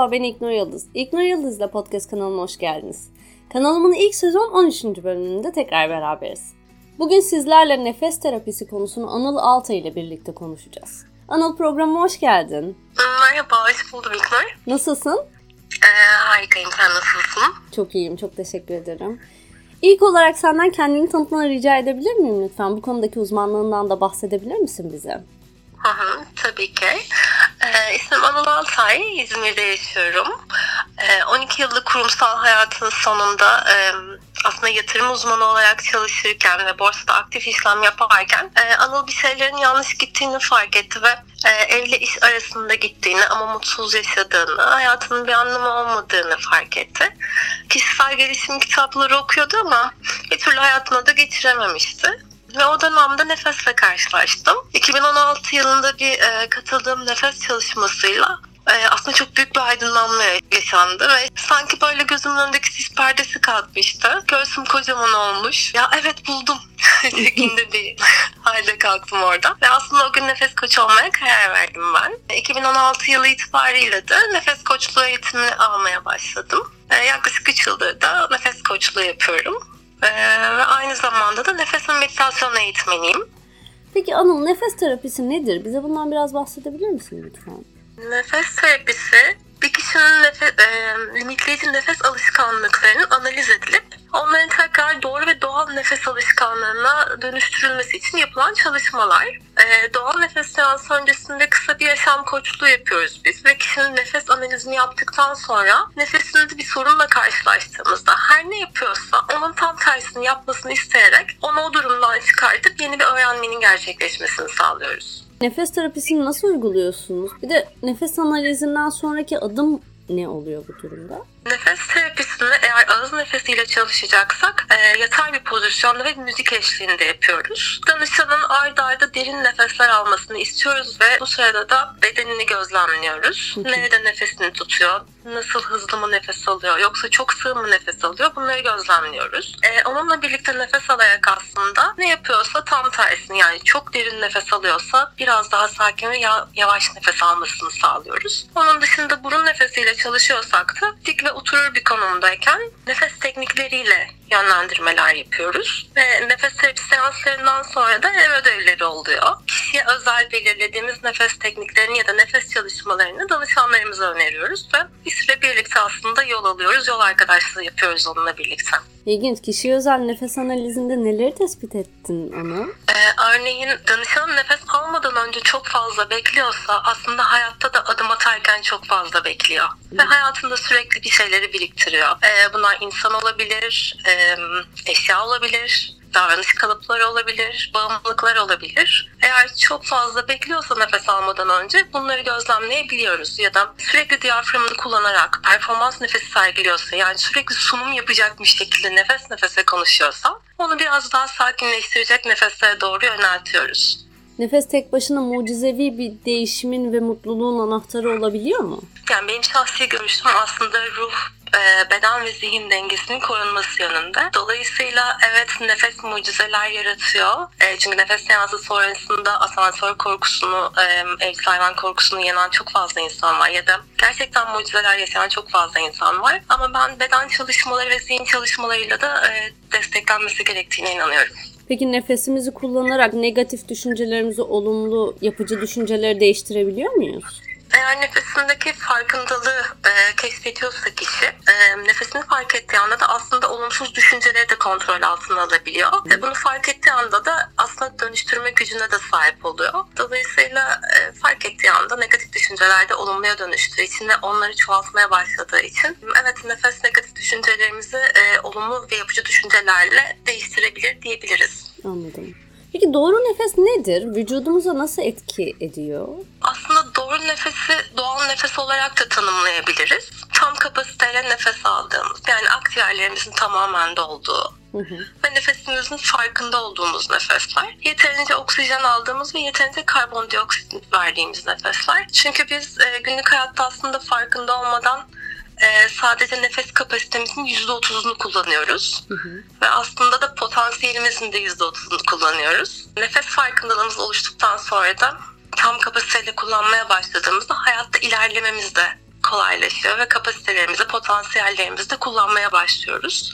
Merhaba, ben İlknur Yıldız. İlknur Yıldız'la podcast kanalıma hoş geldiniz. Kanalımın ilk sezon 13. bölümünde tekrar beraberiz. Bugün sizlerle nefes terapisi konusunu Anıl Altay ile birlikte konuşacağız. Anıl, programa hoş geldin. Merhaba, hoş buldum İlknur. Nasılsın? Harikayım, sen nasılsın? Çok iyiyim, çok teşekkür ederim. İlk olarak senden kendini tanıtmanı rica edebilir miyim lütfen? Bu konudaki uzmanlığından da bahsedebilir misin bize? Tabii ki. İsmim Anıl Altay, İzmir'de yaşıyorum. 12 yıllık kurumsal hayatın sonunda aslında yatırım uzmanı olarak çalışırken ve borsada aktif işlem yaparken Anıl bir şeylerin yanlış gittiğini fark etti ve evle iş arasında gittiğini ama mutsuz yaşadığını, hayatının bir anlamı olmadığını fark etti. Kişisel gelişim kitapları okuyordu ama bir türlü hayatına da geçirememişti. Ve o dönemde nefesle karşılaştım. 2016 yılında bir katıldığım nefes çalışmasıyla aslında çok büyük bir aydınlanma yaşandı ve sanki böyle gözümün önündeki sis perdesi kalkmıştı. Göğsüm kocaman olmuş. Ya evet, buldum şeklinde bir halde kalktım orada. Ve aslında o gün nefes koçu olmaya karar verdim ben. 2016 yılı itibariyle de nefes koçluğu eğitimini almaya başladım. Yaklaşık 3 yıldır da nefes koçluğu yapıyorum. Ve aynı zamanda da nefes ve meditasyon eğitmeniyim. Peki Anıl, nefes terapisi nedir? Bize bundan biraz bahsedebilir misin lütfen? Nefes terapisi bir kişinin limitleyici nefes alışkanlıklarının analiz edilip onların tekrar doğru ve doğal nefes alışkanlığına dönüştürülmesi için yapılan çalışmalar. Doğal nefes seansı öncesinde kısa bir yaşam koçluğu yapıyoruz biz ve kişinin nefes analizini yaptıktan sonra nefesinde bir sorunla karşılaştığımızda her ne yapıyorsa onun tam tersini yapmasını isteyerek onu o durumdan çıkartıp yeni bir öğrenmenin gerçekleşmesini sağlıyoruz. Nefes terapisini nasıl uyguluyorsunuz? Bir de nefes analizinden sonraki adım ne oluyor bu durumda? Nefes terapisini eğer ağız nefesiyle çalışacaksak yatay bir pozisyonda ve müzik eşliğinde yapıyoruz. Danışanın ard arda derin nefesler almasını istiyoruz ve bu sırada da bedenini gözlemliyoruz. Nerede nefesini tutuyor, nasıl hızlı mı nefes alıyor, yoksa çok sığ mı nefes alıyor, bunları gözlemliyoruz. Onunla birlikte nefes alarak aslında ne yapıyorsa tam tersini, yani çok derin nefes alıyorsa biraz daha sakin ve yavaş nefes almasını sağlıyoruz. Onun dışında burun nefesiyle çalışıyorsak da dik ve oturur bir konumdayken nefes teknikleriyle yönlendirmeler yapıyoruz. Ve nefes terapi seanslarından sonra da ev ödevleri oluyor. Kişiye özel belirlediğimiz nefes tekniklerini ya da nefes çalışmalarını danışanlarımıza öneriyoruz ve bir süre birlikte aslında yol alıyoruz. Yol arkadaşlığı yapıyoruz onunla birlikte. İlginç. Kişiye özel nefes analizinde neleri tespit ettin Ana? Örneğin danışanın nefes almadan önce çok fazla bekliyorsa aslında hayatta da adım atarken çok fazla bekliyor. Ve hayatında sürekli bir şeyleri biriktiriyor. Bunlar insan olabilir, eşya olabilir, davranış kalıpları olabilir, bağımlılıklar olabilir. Eğer çok fazla bekliyorsa nefes almadan önce bunları gözlemleyebiliyoruz. Ya da sürekli diyaframını kullanarak performans nefesi sergiliyorsa, yani sürekli sunum yapacakmış şekilde nefes nefese konuşuyorsa onu biraz daha sakinleştirecek nefeslere doğru yöneltiyoruz. Nefes tek başına mucizevi bir değişimin ve mutluluğun anahtarı olabiliyor mu? Yani benim şahsi görüşüm aslında ruh, beden ve zihin dengesinin korunması yönünde. Dolayısıyla evet, nefes mucizeler yaratıyor. Çünkü nefes seansı sonrasında asansör korkusunu, evcil hayvan korkusunu yenen çok fazla insan var. Ya da gerçekten mucizeler yaşayan çok fazla insan var. Ama ben beden çalışmaları ve zihin çalışmalarıyla da desteklenmesi gerektiğine inanıyorum. Peki nefesimizi kullanarak negatif düşüncelerimizi olumlu, yapıcı düşüncelere değiştirebiliyor muyuz? Eğer nefesindeki farkındalığı keşfediyorsa kişi, nefesini fark ettiği anda da aslında olumsuz düşünceleri de kontrol altına alabiliyor. Ve bunu fark ettiği anda da aslında dönüştürme gücüne de sahip oluyor. Dolayısıyla fark ettiği anda negatif düşünceler de olumluya dönüştüğü için ve onları çoğaltmaya başladığı için evet, nefes negatif düşüncelerimizi olumlu ve yapıcı düşüncelerle değiştirebilir diyebiliriz. Anladım. Peki doğru nefes nedir? Vücudumuza nasıl etki ediyor? Aslında doğru nefesi doğal nefes olarak da tanımlayabiliriz. Tam kapasiteyle nefes aldığımız, yani akciğerlerimizin tamamen dolduğu ve nefesimizin farkında olduğumuz nefesler. Yeterince oksijen aldığımız ve yeterince karbondioksit verdiğimiz nefesler. Çünkü biz günlük hayatta aslında farkında olmadan sadece nefes kapasitemizin %30'unu kullanıyoruz. Ve aslında da potansiyelimizin de %30'unu kullanıyoruz. Nefes farkındalığımız oluştuktan sonra da tam kapasiteyle kullanmaya başladığımızda hayatta ilerlememiz de kolaylaşıyor ve kapasitelerimizi, potansiyellerimizi de kullanmaya başlıyoruz.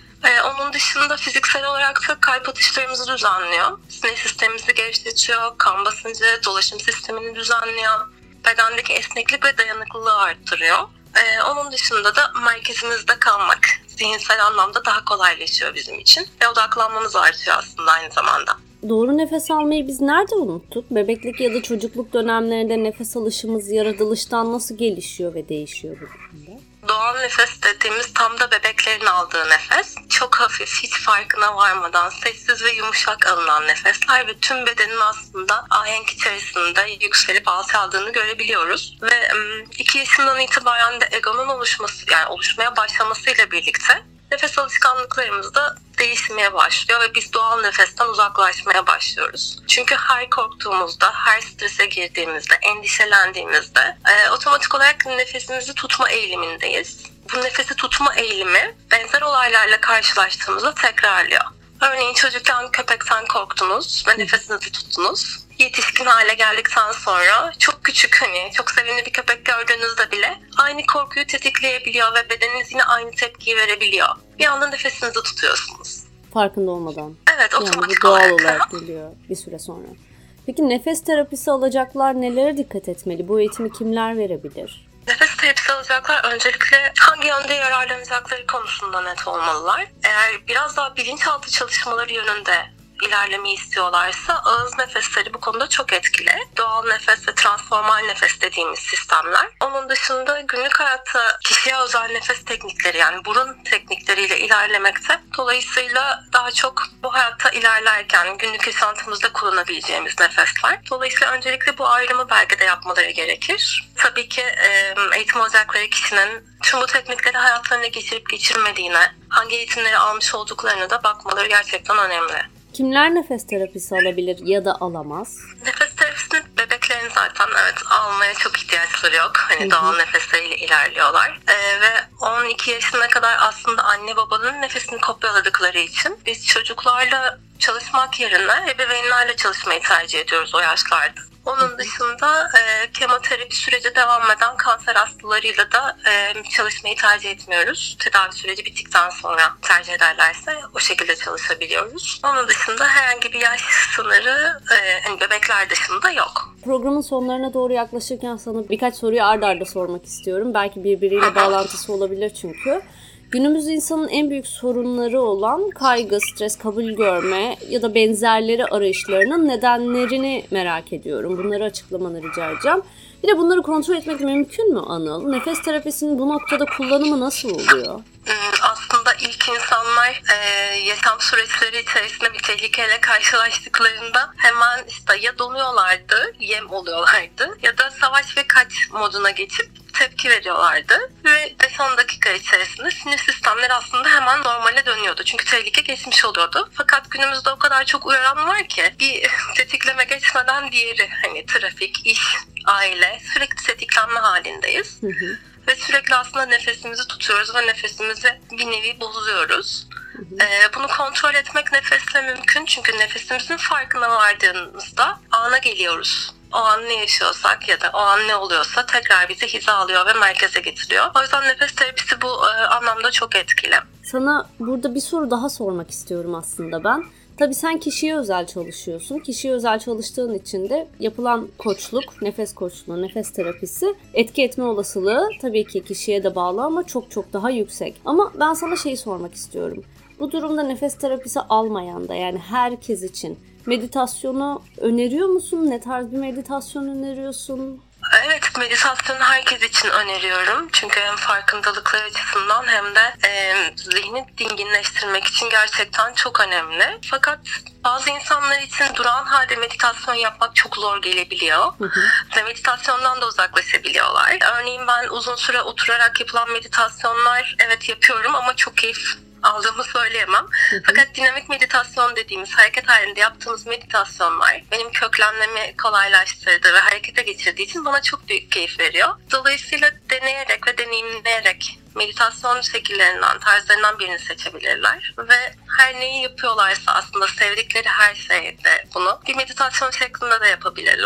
Onun dışında fiziksel olarak da kalp atışlarımızı düzenliyor. Sinir sistemimizi gevşetiyor, kan basıncı, dolaşım sistemini düzenliyor. Bedendeki esneklik ve dayanıklılığı arttırıyor. Onun dışında da merkezimizde kalmak zihinsel anlamda daha kolaylaşıyor bizim için. Ve odaklanmamız artıyor aslında aynı zamanda. Doğru nefes almayı biz nerede unuttuk? Bebeklik ya da çocukluk dönemlerinde nefes alışımız yaratılıştan nasıl gelişiyor ve değişiyor bu durumda? Doğal nefes dediğimiz tam da bebeklerin aldığı nefes. Çok hafif, hiç farkına varmadan sessiz ve yumuşak alınan nefesler ve tüm bedenin aslında ahenk içerisinde yükselip alçaldığını görebiliyoruz. Ve 2 yaşından itibaren de egonun oluşmaya başlamasıyla birlikte nefes alışkanlıklarımız da değişmeye başlıyor ve biz doğal nefesten uzaklaşmaya başlıyoruz. Çünkü her korktuğumuzda, her strese girdiğimizde, endişelendiğimizde otomatik olarak nefesimizi tutma eğilimindeyiz. Bu nefesi tutma eğilimi benzer olaylarla karşılaştığımızda tekrarlıyor. Örneğin çocukken köpekten korktunuz ve nefesinizi tuttunuz. Yetişkin hale geldikten sonra çok küçük, çok sevimli bir köpek gördüğünüzde bile aynı korkuyu tetikleyebiliyor ve bedeniniz yine aynı tepkiyi verebiliyor. Bir anda nefesinizi tutuyorsunuz. Farkında olmadan. Evet, otomatik bu doğal olarak. olarak geliyor bir süre sonra. Peki nefes terapisi alacaklar nelere dikkat etmeli? Bu eğitimi kimler verebilir? Nefes terapisi alacaklar öncelikle hangi yönde yararlanacakları konusunda net olmalılar. Eğer biraz daha bilinçaltı çalışmaları yönünde ilerlemeyi istiyorlarsa ağız nefesleri bu konuda çok etkili. Doğal nefes ve transformal nefes dediğimiz sistemler. Onun dışında günlük hayatta kişiye özel nefes teknikleri, yani burun teknikleriyle ilerlemekte. Dolayısıyla daha çok bu hayatta ilerlerken günlük yaşantımızda kullanabileceğimiz nefesler. Dolayısıyla öncelikle bu ayrımı belki de yapmaları gerekir. Tabii ki eğitim alacakları kişinin tüm bu teknikleri hayatlarına geçirip geçirmediğine, hangi eğitimleri almış olduklarına da bakmaları gerçekten önemli. Kimler nefes terapisi alabilir ya da alamaz? Nefes terapisini bebeklerin zaten almaya çok ihtiyaçları yok. Doğal nefesleriyle ilerliyorlar. Ve 12 yaşına kadar aslında anne babanın nefesini kopyaladıkları için biz çocuklarla çalışmak yerine ebeveynlerle çalışmayı tercih ediyoruz o yaşlarda. Onun dışında kemoterapi süreci devam eden kanser hastalarıyla da çalışmayı tercih etmiyoruz. Tedavi süreci bittikten sonra tercih ederlerse o şekilde çalışabiliyoruz. Onun dışında herhangi bir yaş sınırı bebekler dışında yok. Programın sonlarına doğru yaklaşırken sana birkaç soruyu ard arda sormak istiyorum. Belki birbiriyle bağlantısı olabilir çünkü. Günümüz insanın en büyük sorunları olan kaygı, stres, kabul görme ya da benzerleri arayışlarının nedenlerini merak ediyorum. Bunları açıklamanı rica edeceğim. Bir de bunları kontrol etmek mümkün mü Anıl? Nefes terapisinin bu noktada kullanımı nasıl oluyor? Aslında ilk insanlar yaşam süreçleri içerisinde bir tehlikeyle karşılaştıklarında hemen ya donuyorlardı, yem oluyorlardı ya da savaş ve kaç moduna geçip tepki veriyorlardı ve 5-10 dakika içerisinde sinir sistemleri aslında hemen normale dönüyordu. Çünkü tehlike geçmiş oluyordu. Fakat günümüzde o kadar çok uyaran var ki bir tetikleme geçmeden diğeri, trafik, iş, aile, sürekli tetiklenme halindeyiz. Ve sürekli aslında nefesimizi tutuyoruz ve nefesimizi bir nevi bozuyoruz. Bunu kontrol etmek nefesle mümkün çünkü nefesimizin farkına vardığımızda ana geliyoruz. O an ne yaşıyorsak ya da o an ne oluyorsa tekrar bizi hizalıyor ve merkeze getiriyor. O yüzden nefes terapisi bu anlamda çok etkili. Sana burada bir soru daha sormak istiyorum aslında ben. Tabii sen kişiye özel çalışıyorsun. Kişiye özel çalıştığın için de yapılan koçluk, nefes koçluğu, nefes terapisi etki etme olasılığı tabii ki kişiye de bağlı ama çok çok daha yüksek. Ama ben sana sormak istiyorum. Bu durumda nefes terapisi almayan da, yani herkes için meditasyonu öneriyor musun? Ne tarz bir meditasyon öneriyorsun? Evet, meditasyonu herkes için öneriyorum. Çünkü hem farkındalıklar açısından hem de zihni dinginleştirmek için gerçekten çok önemli. Fakat bazı insanlar için durağan halde meditasyon yapmak çok zor gelebiliyor. Ve meditasyondan da uzaklaşabiliyorlar. Örneğin ben uzun süre oturarak yapılan meditasyonlar yapıyorum ama çok keyif aldığımı söyleyemem. Fakat dinamik meditasyon dediğimiz hareket halinde yaptığımız meditasyonlar benim köklenmemi kolaylaştırdı ve harekete geçirdiği için bana çok büyük keyif veriyor. Dolayısıyla deneyerek ve deneyimleyerek meditasyon şekillerinden, tarzlarından birini seçebilirler. Ve her neyi yapıyorlarsa aslında sevdikleri her şeyde bunu bir meditasyon şeklinde de yapabilirler.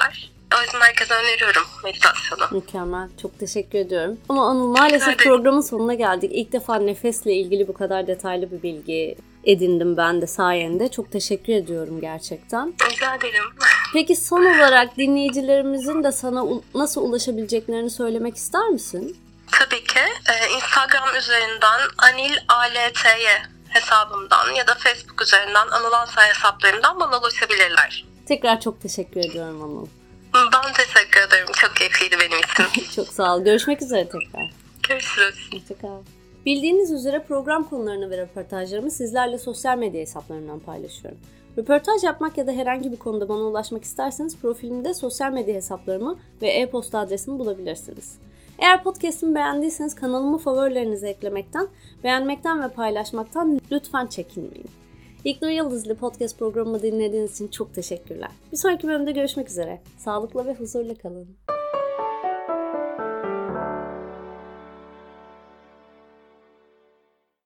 O yüzden herkese öneriyorum meditasyonu. Mükemmel. Çok teşekkür ediyorum. Ama Anıl, maalesef programın sonuna geldik. İlk defa nefesle ilgili bu kadar detaylı bir bilgi edindim ben de sayende. Çok teşekkür ediyorum gerçekten. Rica ederim. Peki son olarak dinleyicilerimizin de sana nasıl ulaşabileceklerini söylemek ister misin? Tabii ki. Instagram üzerinden Anil ALTY hesabımdan ya da Facebook üzerinden Anıl Altay hesaplarımdan bana ulaşabilirler. Tekrar çok teşekkür ediyorum Anıl. Ben teşekkür ederim. Çok keyifliydi benim için. Çok sağ ol. Görüşmek üzere tekrar. Görüşürüz. Hoşçakal. Bildiğiniz üzere program konularını ve röportajlarımı sizlerle sosyal medya hesaplarından paylaşıyorum. Röportaj yapmak ya da herhangi bir konuda bana ulaşmak isterseniz profilimde sosyal medya hesaplarımı ve e-posta adresimi bulabilirsiniz. Eğer podcast'imi beğendiyseniz kanalımı favorilerinize eklemekten, beğenmekten ve paylaşmaktan lütfen çekinmeyin. İlknur Yıldızlı podcast programımı dinlediğiniz için çok teşekkürler. Bir sonraki bölümde görüşmek üzere. Sağlıkla ve huzurla kalın.